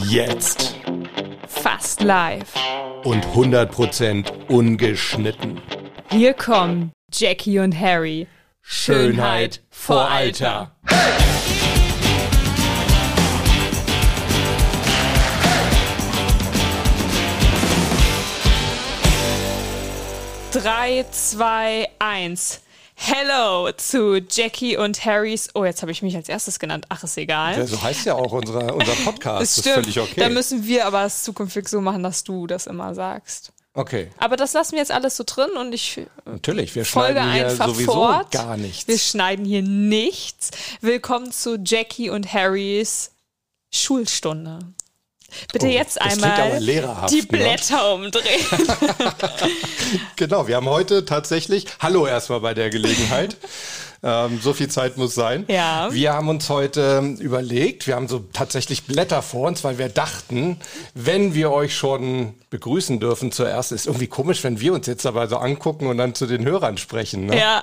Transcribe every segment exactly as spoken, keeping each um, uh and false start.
Jetzt. Fast live. Und hundert Prozent ungeschnitten. Hier kommen Jackie und Harry. Schönheit vor Alter. Drei, zwei, eins. Hello zu Jackie und Harrys... Oh, jetzt habe ich mich als erstes genannt. Ach, ist egal. Ja, so heißt ja auch unsere, unser Podcast. Das ist stimmt. Völlig okay. Da müssen wir aber es zukünftig so machen, dass du das immer sagst. Okay. Aber das lassen wir jetzt alles so drin und ich Natürlich, wir folge schneiden hier einfach sowieso fort. gar nichts. Wir schneiden hier nichts. Willkommen zu Jackie und Harrys Schulstunde. Bitte Oh, jetzt das klingt aber einmal lehrerhaft, die ne? Blätter umdrehen. Genau, wir haben heute tatsächlich, hallo erstmal bei der Gelegenheit, ähm, so viel Zeit muss sein. Ja. Wir haben uns heute überlegt, wir haben so tatsächlich Blätter vor uns, weil wir dachten, wenn wir euch schon begrüßen dürfen zuerst, ist irgendwie komisch, wenn wir uns jetzt aber so angucken und dann zu den Hörern sprechen. Ne? Ja.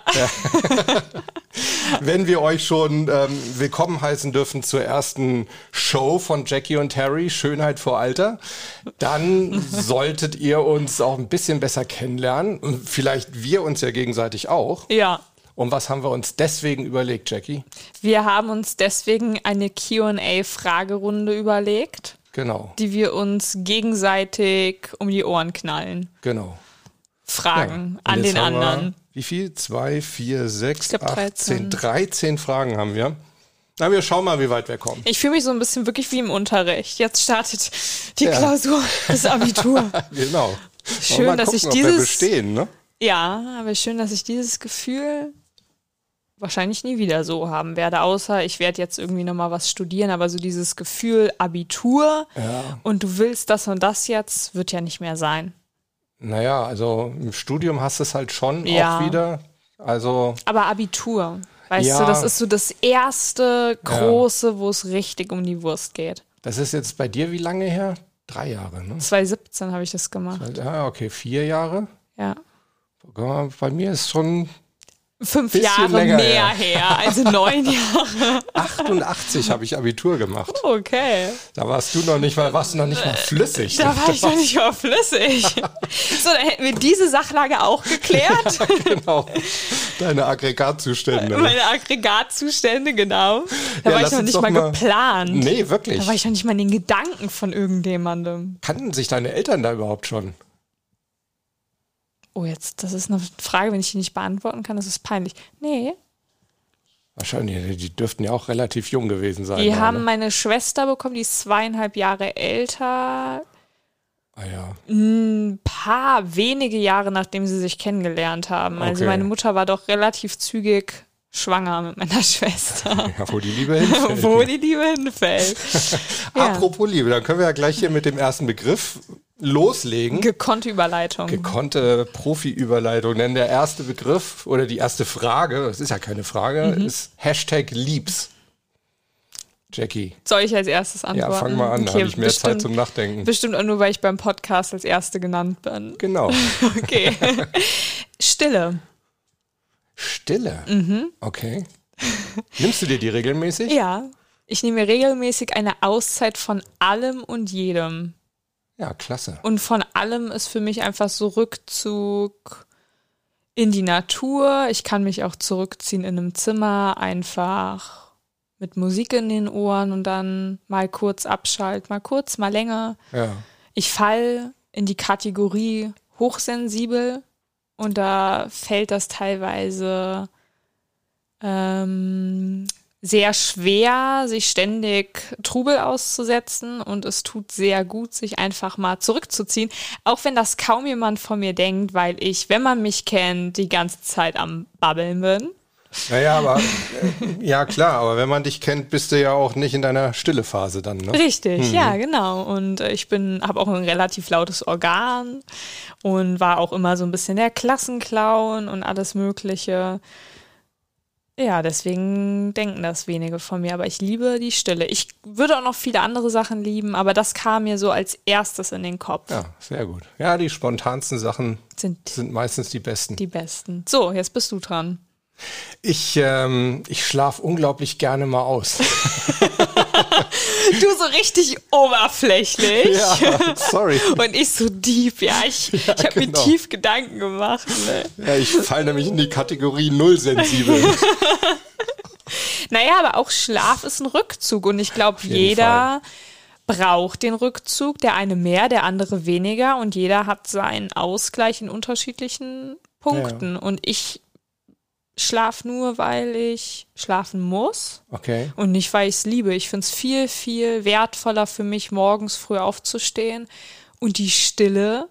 Wenn wir euch schon ähm, willkommen heißen dürfen zur ersten Show von Jackie und Harry, Schönheit vor Alter, dann solltet ihr uns auch ein bisschen besser kennenlernen und vielleicht wir uns ja gegenseitig auch. Ja. Und was haben wir uns deswegen überlegt, Jackie? Wir haben uns deswegen eine Q und A-Fragerunde überlegt, Genau, die wir uns gegenseitig um die Ohren knallen. genau. Fragen Ja. an Und jetzt den haben wir, anderen. Wie viel? Zwei, vier, sechs, Ich glaub, acht, zehn, dreizehn. dreizehn Fragen haben wir. Na, wir schauen mal, wie weit wir kommen. Ich fühle mich so ein bisschen wirklich wie im Unterricht. Jetzt startet die Ja. Klausur, das Abitur. Genau. Schön, mal dass gucken, ich ob wir dieses- bestehen, ne? Ja, aber schön, dass ich dieses Gefühl wahrscheinlich nie wieder so haben werde, außer ich werde jetzt irgendwie nochmal was studieren, aber so dieses Gefühl Abitur Ja. und du willst das und das jetzt, wird ja nicht mehr sein. Naja, also im Studium hast du es halt schon Ja. auch wieder. Also, Aber Abitur, weißt Ja. du, das ist so das erste große, wo es richtig um die Wurst geht. das ist jetzt bei dir wie lange her? Drei Jahre, ne? zwanzig siebzehn habe ich das gemacht, Ja, okay, vier Jahre. ja. Bei mir ist schon Fünf Bisschen Jahre länger mehr her. her, also neun Jahre. achtundachtzig habe ich Abitur gemacht. Okay. Da warst du noch nicht mal, warst du noch nicht mal flüssig. Da war ich noch nicht mal flüssig. So, dann hätten wir diese Sachlage auch geklärt. Genau. Deine Aggregatzustände. Meine Aggregatzustände, genau. Da Ja, war lass ich noch uns nicht doch mal, mal- geplant. Nee, wirklich. Da war ich noch nicht mal in den Gedanken von irgendjemandem. Kannten sich deine Eltern da überhaupt schon? Oh, jetzt, das ist eine Frage, wenn ich die nicht beantworten kann, das ist peinlich. Nee, Wahrscheinlich, die dürften ja auch relativ jung gewesen sein. die da, haben ne? meine Schwester bekommen, die ist zweieinhalb Jahre älter. Ah ja. Ein paar wenige Jahre, nachdem sie sich kennengelernt haben. Also Okay. meine Mutter war doch relativ zügig schwanger mit meiner Schwester. Ja, wo die Liebe hinfällt. Wo die Liebe hinfällt. Ja. Apropos Liebe, dann können wir ja gleich hier mit dem ersten Begriff loslegen. Gekonnte Überleitung. Gekonnte Profi-Überleitung. Denn der erste Begriff oder die erste Frage, das ist ja keine Frage, Mhm. ist Hashtag Liebs. Jackie, Soll ich als erstes ja, antworten? fang mal an, da Okay, habe ich mehr Zeit bestimmt, zum Nachdenken. bestimmt auch nur, weil ich beim Podcast als Erste genannt bin. Genau. Okay. Stille. Stille. Mhm. Okay. Nimmst du dir die regelmäßig? Ja. Ich nehme regelmäßig eine Auszeit von allem und jedem. Ja, klasse. Und von allem ist für mich einfach so Rückzug in die Natur. Ich kann mich auch zurückziehen in einem Zimmer, einfach mit Musik in den Ohren und dann mal kurz abschalten, mal kurz, mal länger. Ja. Ich fall in die Kategorie hochsensibel und da fällt das teilweise ähm, sehr schwer, sich ständig Trubel auszusetzen und es tut sehr gut, sich einfach mal zurückzuziehen, auch wenn das kaum jemand von mir denkt, weil ich, wenn man mich kennt, die ganze Zeit am Babbeln bin. Naja, aber äh, ja klar, aber wenn man dich kennt, bist du ja auch nicht in deiner stille Phase dann, ne? Richtig, ja, genau. Und äh, ich bin, habe auch ein relativ lautes Organ und war auch immer so ein bisschen der Klassenclown und alles Mögliche. Ja, deswegen denken das wenige von mir, aber ich liebe die Stille. Ich würde auch noch viele andere Sachen lieben, aber das kam mir so als erstes in den Kopf. Ja, sehr gut. Ja, die spontansten Sachen Sind sind meistens die besten. die besten. So, jetzt bist du dran. Ich, ähm, ich schlafe unglaublich gerne mal aus. Du so richtig oberflächlich. Ja, sorry. Und ich so deep, ja. Ich, ja, ich habe genau. mir tief Gedanken gemacht. Ne? Ja, ich falle nämlich in die Kategorie null-sensibel. Naja, aber auch Schlaf ist ein Rückzug. Und ich glaube, jeder Fall. braucht den Rückzug. Der eine mehr, der andere weniger. Und jeder hat seinen Ausgleich in unterschiedlichen Punkten. Ja. Und ich schlaf nur, weil ich schlafen muss. Okay. Und nicht, weil ich es liebe. Ich finde es viel, viel wertvoller für mich, morgens früh aufzustehen und die Stille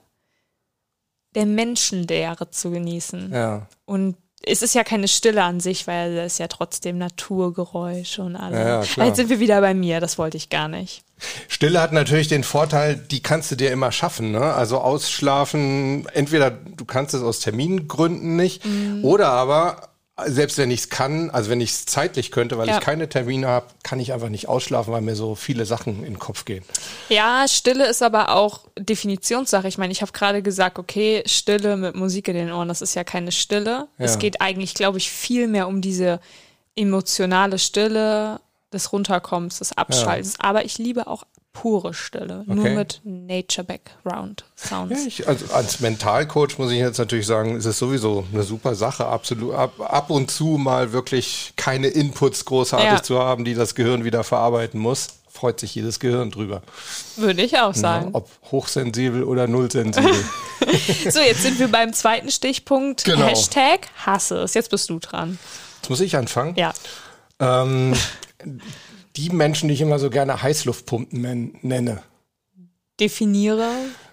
der Menschenlehre zu genießen. Ja. Und es ist ja keine Stille an sich, weil es ist ja trotzdem Naturgeräusche und alles. Ja, klar. Jetzt sind wir wieder bei mir, das wollte ich gar nicht. Stille hat natürlich den Vorteil, die kannst du dir immer schaffen, ne? Also ausschlafen, entweder du kannst es aus Termingründen nicht, mhm. oder aber selbst wenn ich es kann, also wenn ich es zeitlich könnte, weil ja. ich keine Termine habe, kann ich einfach nicht ausschlafen, weil mir so viele Sachen in den Kopf gehen. Ja, Stille ist aber auch Definitionssache. Ich meine, ich habe gerade gesagt, okay, Stille mit Musik in den Ohren, das ist ja keine Stille. Ja. Es geht eigentlich, glaube ich, viel mehr um diese emotionale Stille, des Runterkommens, des Abschaltens. Ja. Aber ich liebe auch pure Stille, okay. nur mit Nature Background Sounds. Ja, ich, also als Mentalcoach muss ich jetzt natürlich sagen, ist es sowieso eine super Sache, absolut ab, ab und zu mal wirklich keine Inputs großartig ja. zu haben, die das Gehirn wieder verarbeiten muss. Freut sich jedes Gehirn drüber. Würde ich auch sagen. Ja, ob hochsensibel oder nullsensibel. So, jetzt sind wir beim zweiten Stichpunkt. Genau. Hashtag hasse es. Jetzt bist du dran. Jetzt muss ich anfangen? Ja. Ähm, die Menschen, die ich immer so gerne Heißluftpumpen nenne. Definiere.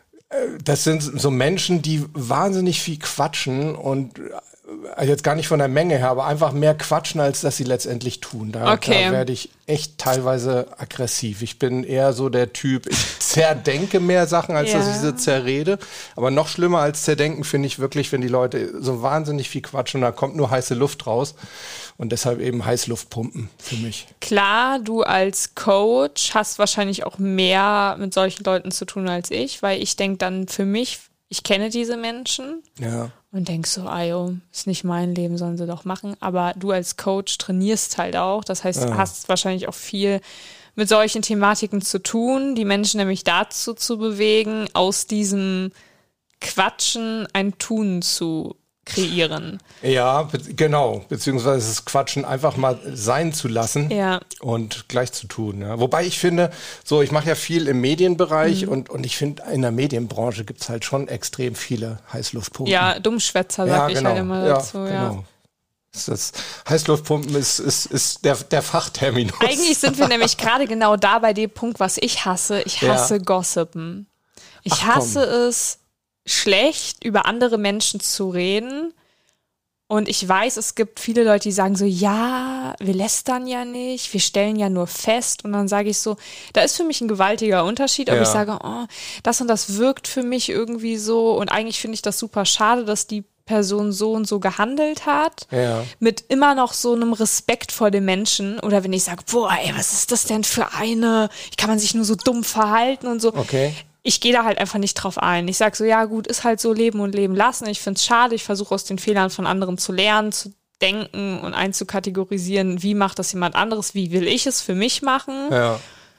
Das sind so Menschen, die wahnsinnig viel quatschen und jetzt gar nicht von der Menge her, aber einfach mehr quatschen, als dass sie letztendlich tun. Da, okay. da werde ich echt teilweise aggressiv. Ich bin eher so der Typ, ich zerdenke mehr Sachen, als ja. dass ich sie zerrede. Aber noch schlimmer als zerdenken finde ich wirklich, wenn die Leute so wahnsinnig viel quatschen und da kommt nur heiße Luft raus. Und deshalb eben Heißluftpumpen für mich. Klar, du als Coach hast wahrscheinlich auch mehr mit solchen Leuten zu tun als ich, weil ich denke dann für mich, ich kenne diese Menschen ja. und denk so, ayo, ist nicht mein Leben, sollen sie doch machen. Aber du als Coach trainierst halt auch, das heißt, ja. hast wahrscheinlich auch viel mit solchen Thematiken zu tun, die Menschen nämlich dazu zu bewegen, aus diesem Quatschen ein Tun zu kreieren. Ja, be- genau. Beziehungsweise das Quatschen einfach mal sein zu lassen ja. und gleich zu tun. Ja. Wobei ich finde, so ich mache ja viel im Medienbereich mhm. und, und ich finde, in der Medienbranche gibt es halt schon extrem viele Heißluftpumpen. Ja, Dummschwätzer, sag ja, ich genau. halt immer ja, dazu. Ja. Genau. Das Heißluftpumpen ist, ist, ist der, der Fachterminus. Eigentlich sind wir nämlich gerade genau da bei dem Punkt, was ich hasse. Ich hasse ja. Gossipen. Ich Ach, hasse komm. es, schlecht über andere Menschen zu reden. Und ich weiß, es gibt viele Leute, die sagen so, ja, wir lästern ja nicht, wir stellen ja nur fest. Und dann sage ich so, da ist für mich ein gewaltiger Unterschied, ob ja. ich sage, oh, das und das wirkt für mich irgendwie so. Und eigentlich finde ich das super schade, dass die Person so und so gehandelt hat, ja. mit immer noch so einem Respekt vor dem Menschen. Oder wenn ich sage, boah, ey, was ist das denn für eine, wie kann man sich nur so dumm verhalten und so. Okay. Ich gehe da halt einfach nicht drauf ein. Ich sage so, ja gut, ist halt so, leben und leben lassen. Ich finde es schade, ich versuche aus den Fehlern von anderen zu lernen, zu denken und einzukategorisieren, wie macht das jemand anderes, wie will ich es für mich machen. Ja.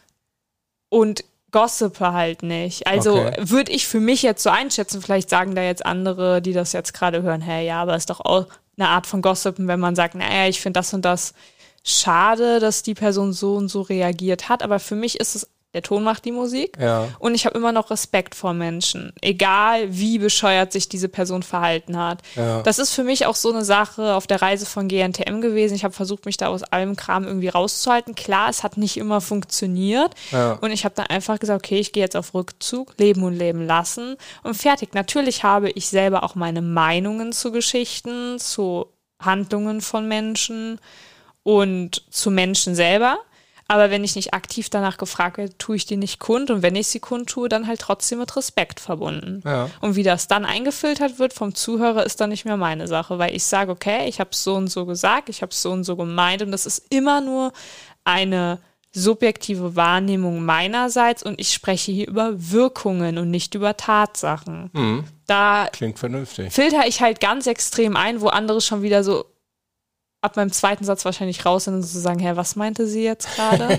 Und gossipe halt nicht. Also okay. würde ich für mich jetzt so einschätzen, vielleicht sagen da jetzt andere, die das jetzt gerade hören, hey, ja, aber ist doch auch eine Art von Gossipen, wenn man sagt, naja, ich finde das und das schade, dass die Person so und so reagiert hat, aber für mich ist es, der Ton macht die Musik ja. und ich habe immer noch Respekt vor Menschen, egal wie bescheuert sich diese Person verhalten hat. Ja. Das ist für mich auch so eine Sache auf der Reise von G N T M gewesen. Ich habe versucht, mich da aus allem Kram irgendwie rauszuhalten. Klar, es hat nicht immer funktioniert ja. und ich habe dann einfach gesagt, okay, ich gehe jetzt auf Rückzug, leben und leben lassen und fertig. Natürlich habe ich selber auch meine Meinungen zu Geschichten, zu Handlungen von Menschen und zu Menschen selber. Aber wenn ich nicht aktiv danach gefragt werde, tue ich die nicht kund. Und wenn ich sie kund tue, dann halt trotzdem mit Respekt verbunden. Ja. Und wie das dann eingefiltert wird vom Zuhörer, ist dann nicht mehr meine Sache. Weil ich sage, okay, ich habe es so und so gesagt, ich habe es so und so gemeint. Und das ist immer nur eine subjektive Wahrnehmung meinerseits. Und ich spreche hier über Wirkungen und nicht über Tatsachen. Mhm. Da klingt vernünftig. filter ich halt ganz extrem ein, wo andere schon wieder so ab meinem zweiten Satz wahrscheinlich raus und so sagen, hä, was meinte sie jetzt gerade?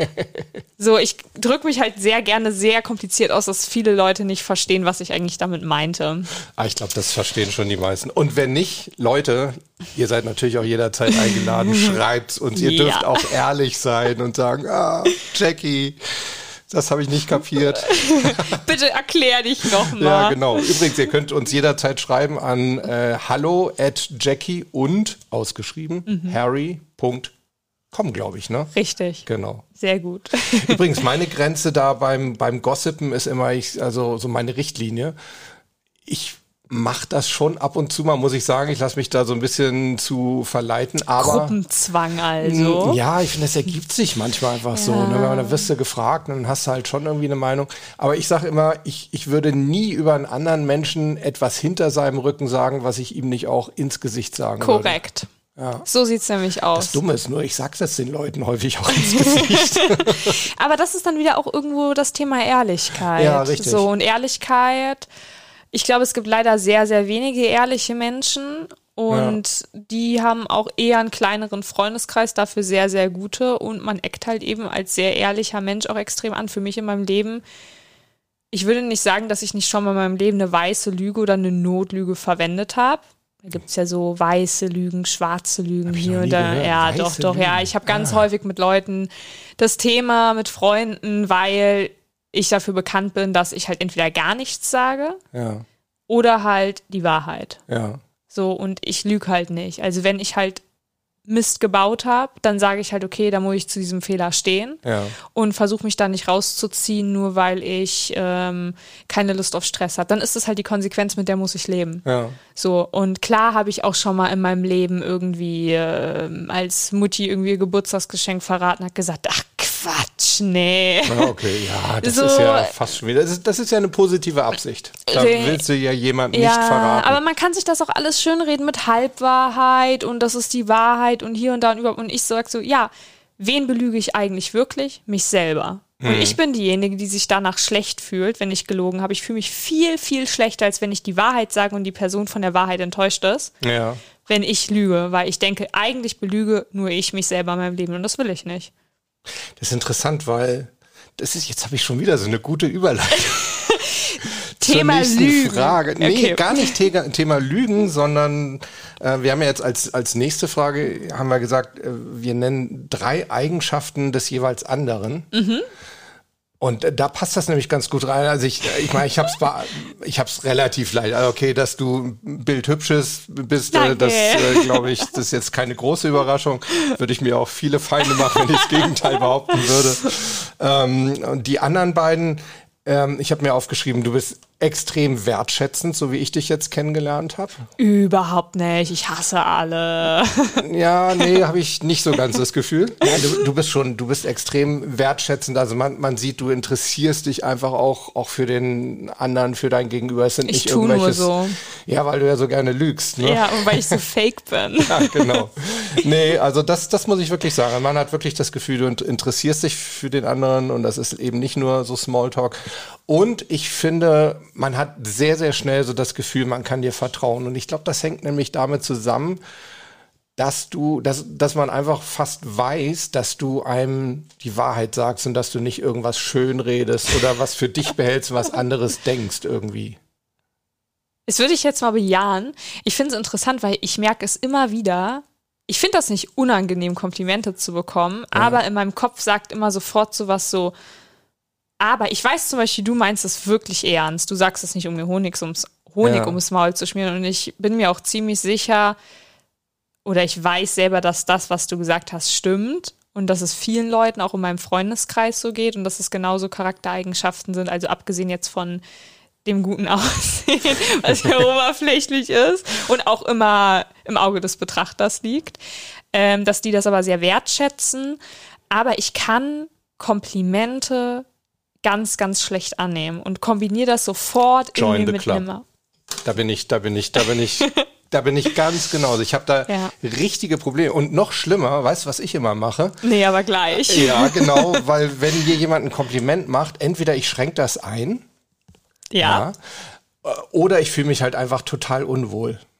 So, ich drücke mich halt sehr gerne sehr kompliziert aus, dass viele Leute nicht verstehen, was ich eigentlich damit meinte. Ah, ich glaube, das verstehen schon die meisten. Und wenn nicht, Leute, ihr seid natürlich auch jederzeit eingeladen, schreibt's uns. Ihr dürft ja. auch ehrlich sein und sagen, ah, Jackie, das habe ich nicht kapiert. Bitte erklär dich nochmal. Ja, genau. Übrigens, ihr könnt uns jederzeit schreiben an äh, hallo at Jackie und ausgeschrieben mhm. harry punkt com, glaube ich, ne? Richtig. Genau. Sehr gut. Übrigens, meine Grenze da beim, beim Gossipen ist immer, ich, also so meine Richtlinie. Ich mache das schon ab und zu mal, muss ich sagen. Ich lasse mich da so ein bisschen zu verleiten. Aber Gruppenzwang also. Ja, ich finde, das ergibt sich manchmal einfach ja. so. Ne? Wenn man, dann wirst du gefragt und dann hast du halt schon irgendwie eine Meinung. Aber ich sage immer, ich, ich würde nie über einen anderen Menschen etwas hinter seinem Rücken sagen, was ich ihm nicht auch ins Gesicht sagen Korrekt. würde. Korrekt. Ja. So sieht's nämlich aus. Das Dumme ist nur, ich sag das den Leuten häufig auch ins Gesicht. Aber das ist dann wieder auch irgendwo das Thema Ehrlichkeit. Ja, richtig. So, und Ehrlichkeit, ich glaube, es gibt leider sehr, sehr wenige ehrliche Menschen und ja. die haben auch eher einen kleineren Freundeskreis, dafür sehr, sehr gute, und man eckt halt eben als sehr ehrlicher Mensch auch extrem an. Für mich in meinem Leben, ich würde nicht sagen, dass ich nicht schon mal in meinem Leben eine weiße Lüge oder eine Notlüge verwendet habe. Da gibt es ja so weiße Lügen, schwarze Lügen hier und da. Ja, weiße doch, doch, Lügen. Ja. Ich habe ganz ah. häufig mit Leuten das Thema, mit Freunden, weil ich dafür bekannt bin, dass ich halt entweder gar nichts sage ja. oder halt die Wahrheit. Ja. So, und ich lüge halt nicht. Also wenn ich halt Mist gebaut habe, dann sage ich halt, okay, da muss ich zu diesem Fehler stehen ja. und versuche mich da nicht rauszuziehen, nur weil ich ähm, keine Lust auf Stress habe. Dann ist das halt die Konsequenz, mit der muss ich leben. Ja. So, und klar habe ich auch schon mal in meinem Leben irgendwie äh, als Mutti irgendwie ihr Geburtstagsgeschenk verraten, hat gesagt, ach Quatsch, nee. Ja, okay, ja, das so, ist ja fast schon wieder, das ist, das ist ja eine positive Absicht. Da äh, willst du ja jemandem ja, nicht verraten. Aber man kann sich das auch alles schönreden mit Halbwahrheit und das ist die Wahrheit und hier und da und überhaupt. Und ich sag so, ja, wen belüge ich eigentlich wirklich? Mich selber. Und hm. ich bin diejenige, die sich danach schlecht fühlt, wenn ich gelogen habe. Ich fühle mich viel, viel schlechter, als wenn ich die Wahrheit sage und die Person von der Wahrheit enttäuscht ist. Ja. Wenn ich lüge, weil ich denke, eigentlich belüge nur ich mich selber in meinem Leben und das will ich nicht. Das ist interessant, weil das ist, jetzt habe ich schon wieder so eine gute Überleitung. Thema Zur nächsten Lügen. Frage. Nee, okay. gar nicht Thema, Thema Lügen, sondern äh, wir haben ja jetzt als, als nächste Frage, haben wir gesagt, äh, wir nennen drei Eigenschaften des jeweils anderen. Mhm. Und äh, da passt das nämlich ganz gut rein. Also ich ich meine, ich habe es ich hab's relativ leicht. Also okay, dass du bildhübsches bist, äh, das äh, glaube ich, das ist jetzt keine große Überraschung. Würde ich mir auch viele Feinde machen, wenn ich das Gegenteil behaupten würde. Ähm, und die anderen beiden, ähm, ich habe mir aufgeschrieben, du bist extrem wertschätzend, so wie ich dich jetzt kennengelernt habe. Überhaupt nicht. Ich hasse alle. Ja, nee, habe ich nicht so ganz das Gefühl. Ja, du, du bist schon, du bist extrem wertschätzend. Also man, man sieht, du interessierst dich einfach auch, auch für den anderen, für dein Gegenüber. Es sind ich nicht tu irgendwelches. Nur so. Ja, weil du ja so gerne lügst. Ne? Ja, und weil ich so fake bin. Ja, genau. Nee, also das, das muss ich wirklich sagen. Man hat wirklich das Gefühl, du interessierst dich für den anderen und das ist eben nicht nur so Smalltalk. Und ich finde, man hat sehr, sehr schnell so das Gefühl, man kann dir vertrauen. Und ich glaube, das hängt nämlich damit zusammen, dass du, dass, dass man einfach fast weiß, dass du einem die Wahrheit sagst und dass du nicht irgendwas schönredest oder was für dich behältst, was anderes denkst irgendwie. Das würde ich jetzt mal bejahen. Ich finde es interessant, weil ich merke es immer wieder. Ich finde das nicht unangenehm, Komplimente zu bekommen, ja. aber in meinem Kopf sagt immer sofort sowas so, aber ich weiß zum Beispiel, du meinst es wirklich ernst. Du sagst es nicht, um mir Honig ums, Honig ja. ums Maul zu schmieren. Und ich bin mir auch ziemlich sicher, oder ich weiß selber, dass das, was du gesagt hast, stimmt. Und dass es vielen Leuten auch in meinem Freundeskreis so geht. Und dass es genauso Charaktereigenschaften sind. Also abgesehen jetzt von dem guten Aussehen, was ja oberflächlich ist. Und auch immer im Auge des Betrachters liegt. Ähm, dass die das aber sehr wertschätzen. Aber ich kann Komplimente ganz, ganz schlecht annehmen und kombiniere das sofort Join irgendwie the mit club. Nimmer. Da bin ich, da bin ich, da bin ich, da bin ich ganz genauso. Ich habe da ja. richtige Probleme. Und noch schlimmer, weißt du, was ich immer mache? Nee, aber gleich. Ja, genau, weil wenn dir jemand ein Kompliment macht, entweder ich schränke das ein, ja, ja oder ich fühle mich halt einfach total unwohl.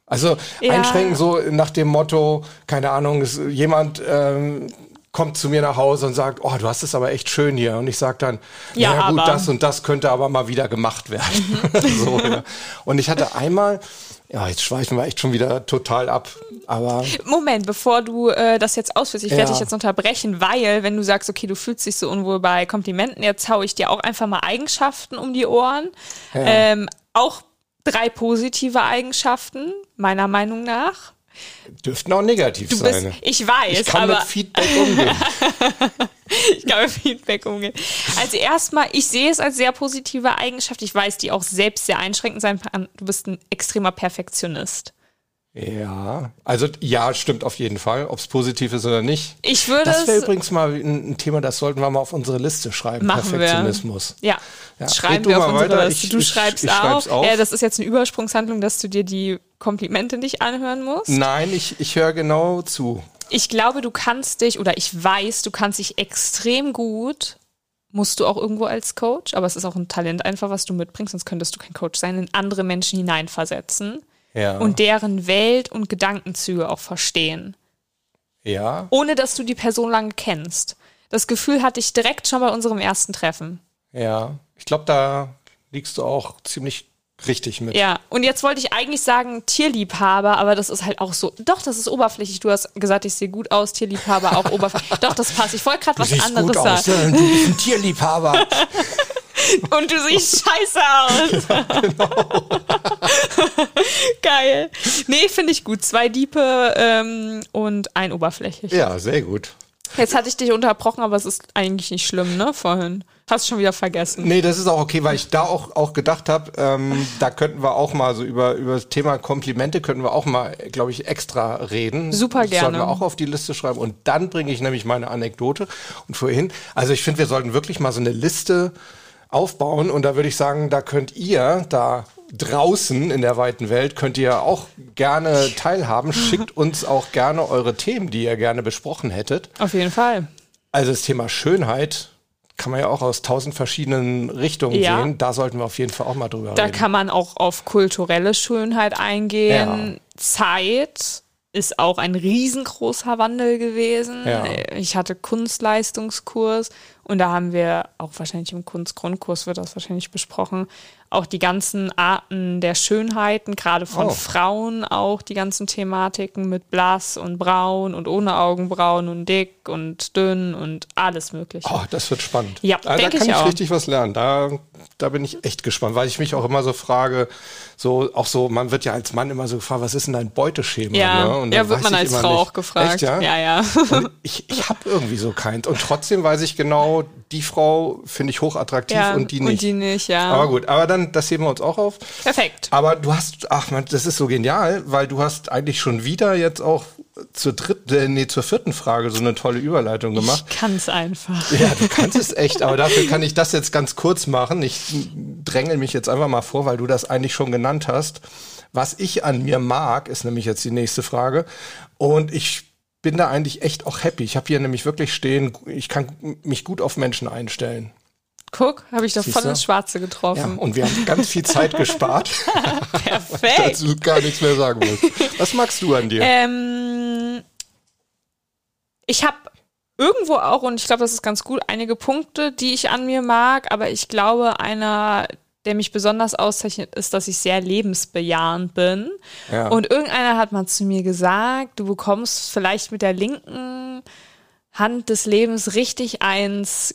Also Ja. einschränken so nach dem Motto, keine Ahnung, es, jemand ähm, kommt zu mir nach Hause und sagt, oh, du hast es aber echt schön hier. Und ich sage dann, Ja, ja gut, aber. das und das könnte aber mal wieder gemacht werden. Mhm. so, ja. Und ich hatte einmal, ja, jetzt schweifen wir echt schon wieder total ab, aber... Moment, bevor du äh, das jetzt ausführst, ich werde Ja. dich jetzt unterbrechen, weil wenn du sagst, okay, du fühlst dich so unwohl bei Komplimenten, jetzt hau ich dir auch einfach mal Eigenschaften um die Ohren. Ja. Ähm, auch drei positive Eigenschaften, meiner Meinung nach. Dürften auch negativ Du bist, sein. ich weiß, Ich kann aber mit Feedback umgehen. ich kann mit Feedback umgehen. Also erstmal, ich sehe es als sehr positive Eigenschaft. Ich weiß, die auch selbst sehr einschränkend sein kann. Du bist ein extremer Perfektionist. Ja, also ja, stimmt auf jeden Fall, ob es positiv ist oder nicht. Ich würde Das wäre es übrigens mal ein, ein Thema, das sollten wir mal auf unsere Liste schreiben. machen Perfektionismus. wir. Ja, Ja, schreiben red du wir auf mal unsere weiter. Liste. Ich- Du ich- schreibst ich auch. schreib's auf. Ja, das ist jetzt eine Übersprungshandlung, dass du dir die Komplimente nicht anhören musst. Nein, ich, ich höre genau zu. Ich glaube, du kannst dich, oder ich weiß, du kannst dich extrem gut, musst du auch irgendwo als Coach, aber es ist auch ein Talent einfach, was du mitbringst, sonst könntest du kein Coach sein, in andere Menschen hineinversetzen Ja. und deren Welt und Gedankenzüge auch verstehen, ja. ohne dass du die Person lange kennst. Das Gefühl hatte ich direkt schon bei unserem ersten Treffen. Ja. Ich glaube, da liegst du auch ziemlich richtig mit. Ja, und jetzt wollte ich eigentlich sagen Tierliebhaber, aber das ist halt auch so, doch, das ist oberflächlich. Du hast gesagt, ich sehe gut aus, Tierliebhaber auch oberflächlich. Doch, das passt. Ich wollte gerade Du was siehst anderes gut aus, sagen. ne? Du bist ein Tierliebhaber. Und du siehst scheiße aus. Genau. Geil. Nee, finde ich gut. Zwei Diepe ähm, und ein oberflächlich. Ja, sehr gut. Jetzt hatte ich dich unterbrochen, aber es ist eigentlich nicht schlimm, ne, vorhin. Hast schon wieder vergessen. Nee, das ist auch okay, weil ich da auch, auch gedacht habe, ähm, da könnten wir auch mal so über, über das Thema Komplimente könnten wir auch mal, glaube ich, extra reden. Super Das sollten gerne. wir auch auf die Liste schreiben und dann bringe ich nämlich meine Anekdote. Und vorhin, also ich finde, wir sollten wirklich mal so eine Liste aufbauen und da würde ich sagen, da könnt ihr da draußen in der weiten Welt, könnt ihr auch gerne teilhaben. Schickt uns auch gerne eure Themen, die ihr gerne besprochen hättet. Auf jeden Fall. Also das Thema Schönheit kann man ja auch aus tausend verschiedenen Richtungen Ja. sehen. Da sollten wir auf jeden Fall auch mal drüber Da reden. kann man auch auf kulturelle Schönheit eingehen. Zeit ist auch ein riesengroßer Wandel gewesen. Ja. Ich hatte Kunstleistungskurs und da haben wir auch wahrscheinlich im Kunstgrundkurs wird das wahrscheinlich besprochen. Auch die ganzen Arten der Schönheiten, gerade von Oh. Frauen auch die ganzen Thematiken mit blass und braun und ohne Augenbrauen und dick und dünn und alles mögliche. Oh, das wird spannend. Ja, also, da denke kann ich ich auch. richtig was lernen. Da, da bin ich echt gespannt, weil ich mich auch immer so frage, so auch so, man wird ja als Mann immer so gefragt, was ist denn dein Beuteschema? Ja, ne? Und ja dann wird weiß man ich als immer Frau nicht. auch gefragt. Echt, ja? Ja, ja. Und ich ich habe irgendwie so keins. Und trotzdem weiß ich genau, die Frau finde ich hochattraktiv ja, und die nicht. Und die nicht, ja. Aber gut, aber dann, das heben wir uns auch auf. Perfekt. Aber du hast, ach man, das ist so genial, weil du hast eigentlich schon wieder jetzt auch zur dritten, äh, nee, zur vierten Frage so eine tolle Überleitung gemacht. Ich kann's einfach. Ja, du kannst es echt, aber dafür kann ich das jetzt ganz kurz machen. Ich drängel mich jetzt einfach mal vor, weil du das eigentlich schon genannt hast. Was ich an mir mag, ist nämlich jetzt die nächste Frage. Und ich bin da eigentlich echt auch happy. Ich habe hier nämlich wirklich stehen, ich kann mich gut auf Menschen einstellen. Guck, habe ich doch Siehst voll du? ins Schwarze Ja, getroffen. und wir haben ganz viel Zeit gespart, Perfekt. dazu gar nichts mehr sagen musst. Was magst du an dir? Ähm, ich habe irgendwo auch, und ich glaube, das ist ganz gut, einige Punkte, die ich an mir mag, aber ich glaube, einer, der mich besonders auszeichnet, ist, dass ich sehr lebensbejahend bin. Ja. Und irgendeiner hat mal zu mir gesagt, du bekommst vielleicht mit der linken Hand des Lebens richtig eins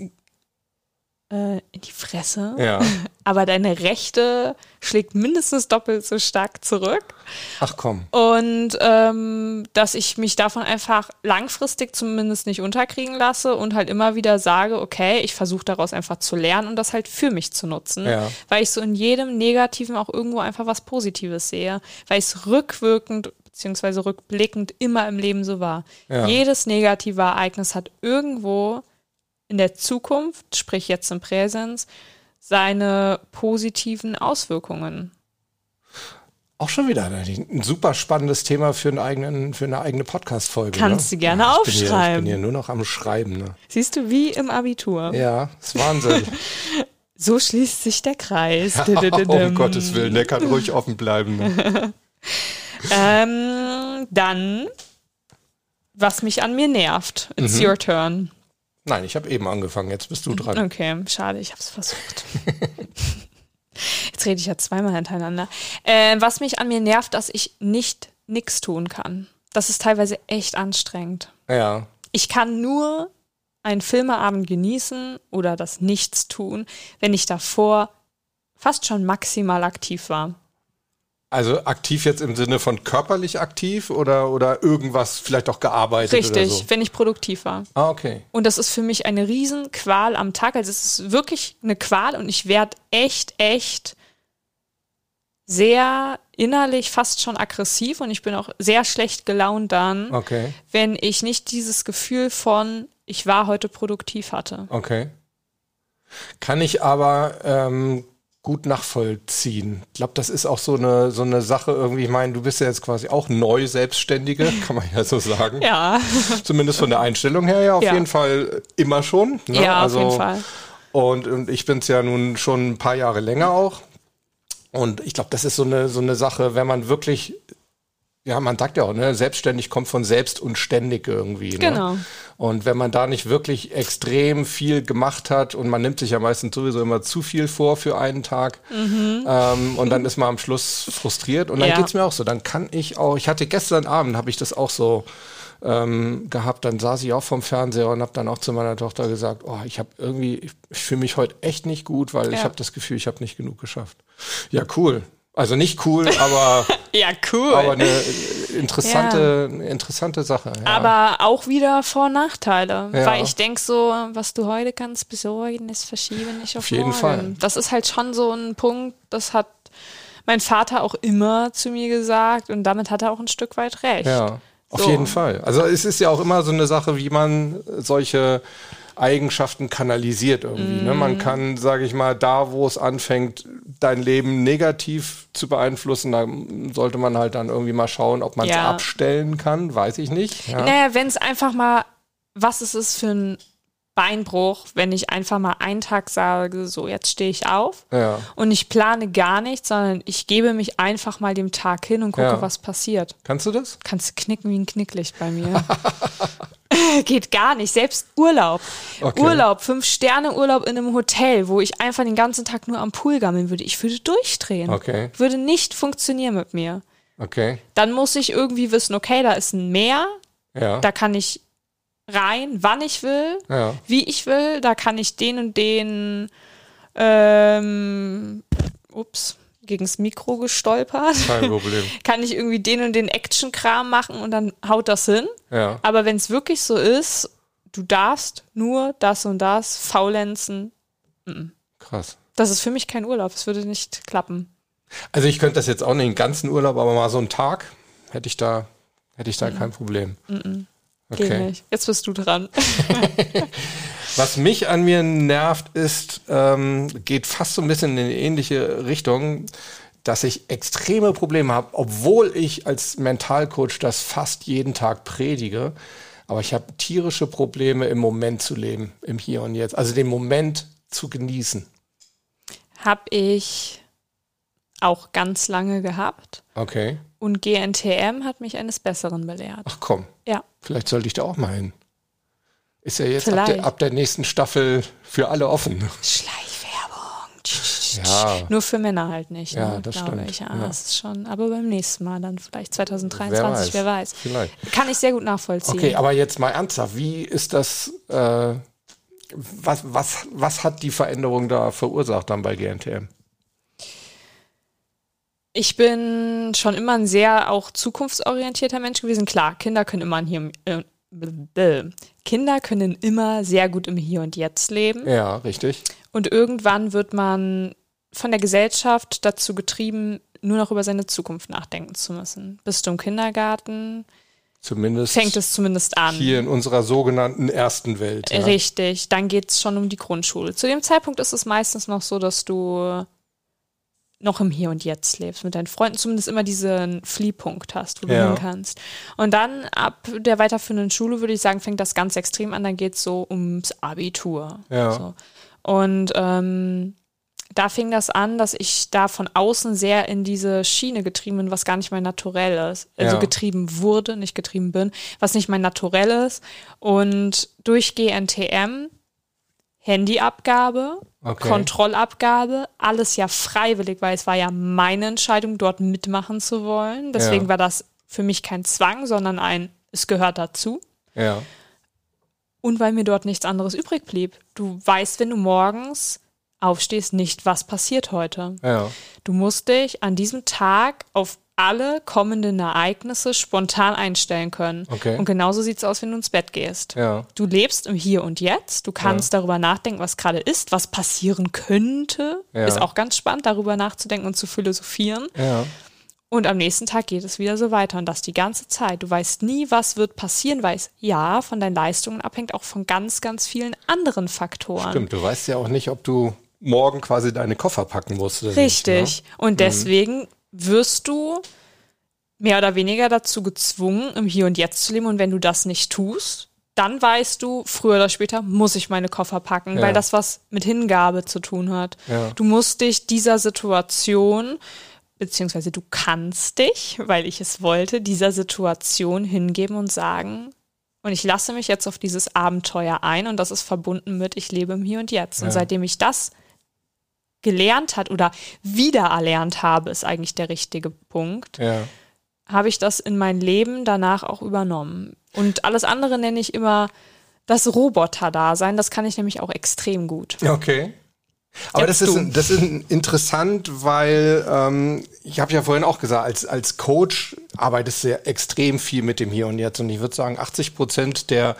äh, in die Fresse, Ja. aber deine rechte schlägt mindestens doppelt so stark zurück. Ach komm. Und ähm, dass ich mich davon einfach langfristig zumindest nicht unterkriegen lasse und halt immer wieder sage, okay, ich versuche daraus einfach zu lernen und das halt für mich zu nutzen. Ja. Weil ich so in jedem Negativen auch irgendwo einfach was Positives sehe. Weil ich es rückwirkend beziehungsweise rückblickend immer im Leben so war. Ja. Jedes negative Ereignis hat irgendwo in der Zukunft, sprich jetzt im Präsens, seine positiven Auswirkungen. Auch schon wieder ein super spannendes Thema für, einen eigenen, für eine eigene Podcast-Folge. Kannst ne? du gerne Ja, ich bin hier, ich aufschreiben. bin hier nur noch am Schreiben. Ne? Siehst du, wie im Abitur. Ja, ist Wahnsinn. So schließt sich der Kreis. um Gottes Willen, der kann ruhig offen bleiben. Ne? ähm, dann, was mich an mir nervt. It's Mhm. your turn. Nein, ich habe eben angefangen, jetzt bist du dran. Okay, schade, ich habe es versucht. Jetzt rede ich ja zweimal hintereinander. Äh, was mich an mir nervt, dass ich nicht nix tun kann. Das ist teilweise echt anstrengend. Ja. Ich kann nur einen Filmeabend genießen oder das Nichtstun, wenn ich davor fast schon maximal aktiv war. Also aktiv jetzt im Sinne von körperlich aktiv oder, oder irgendwas vielleicht auch gearbeitet Richtig, oder so? wenn ich produktiv war. Ah, okay. Und das ist für mich eine Riesenqual am Tag. Also es ist wirklich eine Qual und ich werde echt, echt sehr innerlich fast schon aggressiv und ich bin auch sehr schlecht gelaunt dann, Okay, wenn ich nicht dieses Gefühl von, ich war heute produktiv hatte. okay. Kann ich aber ähm, gut nachvollziehen. Ich glaube, das ist auch so eine, so eine Sache irgendwie. Ich meine, du bist ja jetzt quasi auch neu Selbstständige, kann man ja so sagen. Ja, Zumindest von der Einstellung her ja auf Ja. jeden Fall immer schon. Ne? ja, also, auf jeden Fall. Und, und ich bin es ja nun schon ein paar Jahre länger auch. Und ich glaube, das ist so eine, so eine Sache, wenn man wirklich, ja, man sagt ja auch, ne, selbstständig kommt von selbst und ständig irgendwie. Ne? Genau. Und wenn man da nicht wirklich extrem viel gemacht hat und man nimmt sich ja meistens sowieso immer zu viel vor für einen Tag ähm, und dann ist man am Schluss frustriert und dann Ja. geht's mir auch so. Dann kann ich auch, ich hatte gestern Abend, habe ich das auch so ähm, gehabt, dann saß ich auch vorm Fernseher und habe dann auch zu meiner Tochter gesagt, oh, ich habe irgendwie, ich, ich fühle mich heute echt nicht gut, weil ich Ja. habe das Gefühl, ich habe nicht genug geschafft. Ja, cool. Also nicht cool, aber, Ja, cool. aber eine interessante, eine interessante Sache. Ja. Aber auch wieder Vor- und Nachteile. Ja. Weil ich denke so, was du heute kannst besorgen, ist verschiebe nicht auf, Auf jeden morgen. Fall. Das ist halt schon so ein Punkt, das hat mein Vater auch immer zu mir gesagt und damit hat er auch ein Stück weit recht. Ja, auf So. jeden Fall. Also es ist ja auch immer so eine Sache, wie man solche Eigenschaften kanalisiert irgendwie. Ne? Mhm. Man kann, sage ich mal, da, wo es anfängt, dein Leben negativ zu beeinflussen, da sollte man halt dann irgendwie mal schauen, ob man es Ja. abstellen kann, weiß ich nicht. Ja. Naja, wenn es einfach mal, was es ist für ein Beinbruch, wenn ich einfach mal einen Tag sage, so jetzt stehe ich auf Ja. und ich plane gar nichts, sondern ich gebe mich einfach mal dem Tag hin und gucke, Ja. was passiert. Kannst du das? Kannst du knicken wie ein Knicklicht bei mir. Geht gar nicht. Selbst Urlaub. Okay. Urlaub, Fünf-Sterne-Urlaub in einem Hotel, wo ich einfach den ganzen Tag nur am Pool gammeln würde. Ich würde durchdrehen. Okay. Würde nicht funktionieren mit mir. Okay. Dann muss ich irgendwie wissen, okay, da ist ein Meer, Ja. da kann ich rein, wann ich will, Ja. wie ich will, da kann ich den und den ähm, ups, gegens Mikro gestolpert. Kein Problem. Kann ich irgendwie den und den Action-Kram machen und dann haut das hin. Ja. Aber wenn es wirklich so ist, du darfst nur das und das faulenzen, Krass. das ist für mich kein Urlaub. Das würde nicht klappen. Also ich könnte das jetzt auch nicht den ganzen Urlaub, aber mal so einen Tag hätte ich da, hätte ich da kein Problem. Geht nicht. Jetzt bist du dran. Was mich an mir nervt, ist, ähm, geht fast so ein bisschen in eine ähnliche Richtung, dass ich extreme Probleme habe, obwohl ich als Mentalcoach das fast jeden Tag predige. Aber ich habe tierische Probleme, im Moment zu leben, im Hier und Jetzt. Also den Moment zu genießen. Hab ich auch ganz lange gehabt. Okay. Und G N T M hat mich eines Besseren belehrt. Ach komm, Ja. vielleicht sollte ich da auch mal hin. Ist ja jetzt ab Vielleicht. der, ab der nächsten Staffel für alle offen. Schleichwerbung. Ja. Nur für Männer halt nicht, Ja, ne, das glaube stimmt. ich. Ja, Ja. das ist schon. Aber beim nächsten Mal dann vielleicht zwanzig dreiundzwanzig, wer weiß. Vielleicht. Kann ich sehr gut nachvollziehen. Okay, aber jetzt mal ernsthaft, wie ist das, äh, was, was, was hat die Veränderung da verursacht dann bei G N T M? Ich bin schon immer ein sehr auch zukunftsorientierter Mensch gewesen. Klar, Kinder können immer hier, äh, bläh. Kinder können immer sehr gut im Hier und Jetzt leben. Ja, richtig. Und irgendwann wird man von der Gesellschaft dazu getrieben, nur noch über seine Zukunft nachdenken zu müssen. Bist du im Kindergarten, Zumindest fängt es zumindest an. hier in unserer sogenannten ersten Welt. Ja. Richtig, dann geht es schon um die Grundschule. Zu dem Zeitpunkt ist es meistens noch so, dass du noch im Hier und Jetzt lebst, mit deinen Freunden zumindest immer diesen Fliehpunkt hast, wo du Ja. hin kannst. Und dann ab der weiterführenden Schule, würde ich sagen, fängt das ganz extrem an, dann geht es so ums Abitur. Ja. So. Und ähm, da fing das an, dass ich da von außen sehr in diese Schiene getrieben bin, was gar nicht mein Naturell ist. Also ja. getrieben wurde, nicht getrieben bin, was nicht mein Naturell ist. Und durch G N T M, Handyabgabe, okay. Kontrollabgabe, alles ja freiwillig, weil es war ja meine Entscheidung, dort mitmachen zu wollen. Deswegen ja. war das für mich kein Zwang, sondern ein, es gehört dazu. Ja. Und weil mir dort nichts anderes übrig blieb. Du weißt, wenn du morgens aufstehst, nicht, was passiert heute. Ja. Du musst dich an diesem Tag auf alle kommenden Ereignisse spontan einstellen können. Okay. Und genauso sieht es aus, wenn du ins Bett gehst. Ja. Du lebst im Hier und Jetzt. Du kannst ja. darüber nachdenken, was gerade ist, was passieren könnte. Ja. Ist auch ganz spannend, darüber nachzudenken und zu philosophieren. Ja. Und am nächsten Tag geht es wieder so weiter und das die ganze Zeit. Du weißt nie, was wird passieren, weil es ja von deinen Leistungen abhängt, auch von ganz, ganz vielen anderen Faktoren. Stimmt, du weißt ja auch nicht, ob du morgen quasi deine Koffer packen musst. Oder Richtig. Nicht, ne? Und deswegen mhm. wirst du mehr oder weniger dazu gezwungen, im Hier und Jetzt zu leben. Und wenn du das nicht tust, dann weißt du, früher oder später muss ich meine Koffer packen, ja. weil das was mit Hingabe zu tun hat. Ja. Du musst dich dieser Situation beziehungsweise du kannst dich, weil ich es wollte, dieser Situation hingeben und sagen, und ich lasse mich jetzt auf dieses Abenteuer ein und das ist verbunden mit, ich lebe im Hier und Jetzt. Und ja. seitdem ich das gelernt hat oder wiedererlernt habe, ist eigentlich der richtige Punkt, ja. habe ich das in mein Leben danach auch übernommen. Und alles andere nenne ich immer das Roboter-Dasein, das kann ich nämlich auch extrem gut. Okay. Aber das ist, das ist interessant, weil ähm, ich habe ja vorhin auch gesagt, als, als Coach arbeitest du ja extrem viel mit dem Hier und Jetzt. Und ich würde sagen, achtzig Prozent der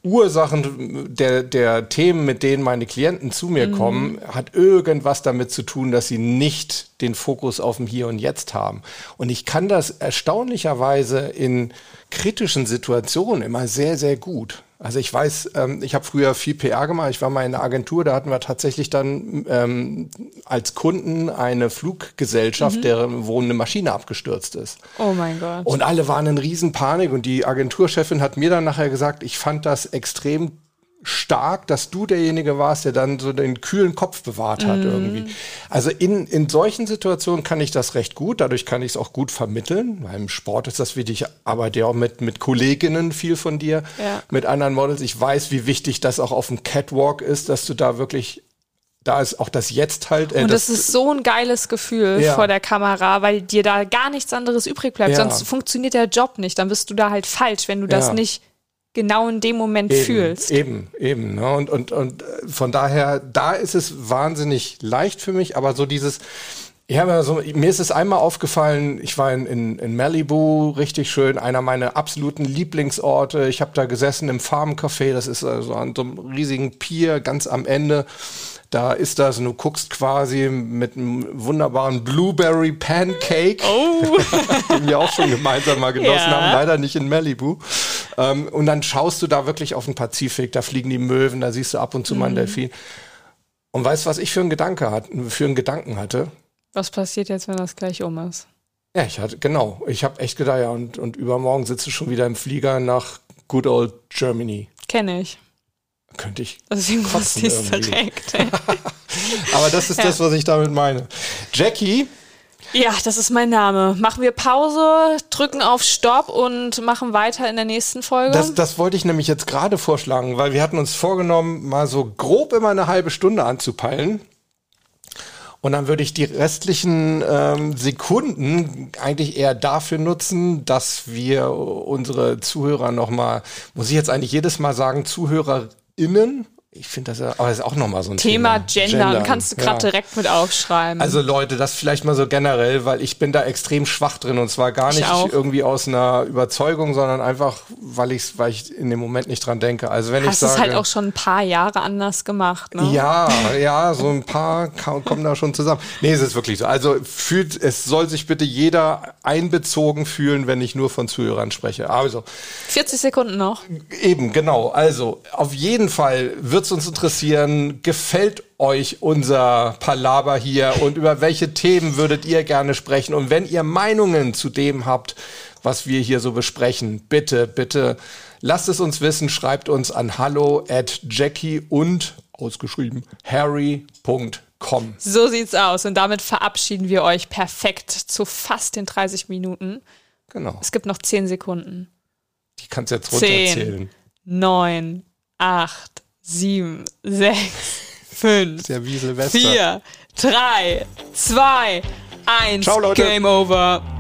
Ursachen der, der Themen, mit denen meine Klienten zu mir mhm. kommen, hat irgendwas damit zu tun, dass sie nicht den Fokus auf dem Hier und Jetzt haben. Und ich kann das erstaunlicherweise in kritischen Situationen immer sehr, sehr gut. Also ich weiß, ähm, ich habe früher viel P R gemacht, ich war mal in einer Agentur, da hatten wir tatsächlich dann ähm, als Kunden eine Fluggesellschaft, mhm. deren, wo eine Maschine abgestürzt ist. Oh mein Gott. Und alle waren in Riesenpanik und die Agenturchefin hat mir dann nachher gesagt, ich fand das extrem stark, dass du derjenige warst, der dann so den kühlen Kopf bewahrt hat mm. irgendwie. Also in, in solchen Situationen kann ich das recht gut, dadurch kann ich es auch gut vermitteln, weil im Sport ist das wichtig, ich arbeite ja auch mit, mit Kolleginnen viel von dir, ja. mit anderen Models. Ich weiß, wie wichtig das auch auf dem Catwalk ist, dass du da wirklich, da ist auch das Jetzt halt. Äh, und das, das ist so ein geiles Gefühl ja. vor der Kamera, weil dir da gar nichts anderes übrig bleibt, ja. sonst funktioniert der Job nicht, dann bist du da halt falsch, wenn du das ja. nicht genau in dem Moment eben, fühlst. Eben, eben. Ne? Und, und, und von daher, da ist es wahnsinnig leicht für mich, aber so dieses, ich habe so, mir ist es einmal aufgefallen, ich war in, in, in Malibu, richtig schön, einer meiner absoluten Lieblingsorte. Ich habe da gesessen im Farm Café, das ist also an so einem riesigen Pier ganz am Ende. Da ist das und du guckst quasi mit einem wunderbaren Blueberry Pancake, oh. den wir auch schon gemeinsam mal genossen ja. haben, leider nicht in Malibu. Ähm, und dann schaust du da wirklich auf den Pazifik, da fliegen die Möwen, da siehst du ab und zu mal einen mhm. Delfin. Und weißt du, was ich für einen Gedanke hat, für einen Gedanken hatte? Was passiert jetzt, wenn das gleich um ist? Ja, ich hatte, genau. Ich habe echt gedacht, ja, und, und übermorgen sitzt du schon wieder im Flieger nach Good Old Germany. Kenne ich. Könnte ich Deswegen wusste ich es direkt. Aber das ist ja. das, was ich damit meine. Jackie? Ja, das ist mein Name. Machen wir Pause, drücken auf Stopp und machen weiter in der nächsten Folge? Das, das wollte ich nämlich jetzt gerade vorschlagen, weil wir hatten uns vorgenommen, mal so grob immer eine halbe Stunde anzupeilen. Und dann würde ich die restlichen ähm, Sekunden eigentlich eher dafür nutzen, dass wir unsere Zuhörer nochmal, muss ich jetzt eigentlich jedes Mal sagen, ZuhörerInnen, ich finde das ja, aber das ist auch nochmal so ein Thema. Thema. Gendern, Gendern. Kannst du gerade ja. direkt mit aufschreiben. Also Leute, das vielleicht mal so generell, weil ich bin da extrem schwach drin und zwar gar nicht irgendwie aus einer Überzeugung, sondern einfach, weil ich weil ich in dem Moment nicht dran denke. Also wenn Hast ich sage, es halt auch schon ein paar Jahre anders gemacht, ne? Ja, ja, so ein paar kommen da schon zusammen. Nee, es ist wirklich so. Also fühlt, es soll sich bitte jeder einbezogen fühlen, wenn ich nur von Zuhörern spreche. Also vierzig Sekunden noch. Eben, genau. Also auf jeden Fall wird uns interessieren, gefällt euch unser Palaber hier und über welche Themen würdet ihr gerne sprechen? Und wenn ihr Meinungen zu dem habt, was wir hier so besprechen, bitte, bitte lasst es uns wissen, schreibt uns an hallo at Jackie und ausgeschrieben harry punkt com. kommen. So sieht's aus. Und damit verabschieden wir euch perfekt zu fast den dreißig Minuten. Genau. Es gibt noch zehn Sekunden. Die kannst du jetzt runterzählen. zehn, neun, acht, sieben, sechs, fünf, Der wie Silvester. vier, drei, zwei, eins. Ciao, Leute. Game over.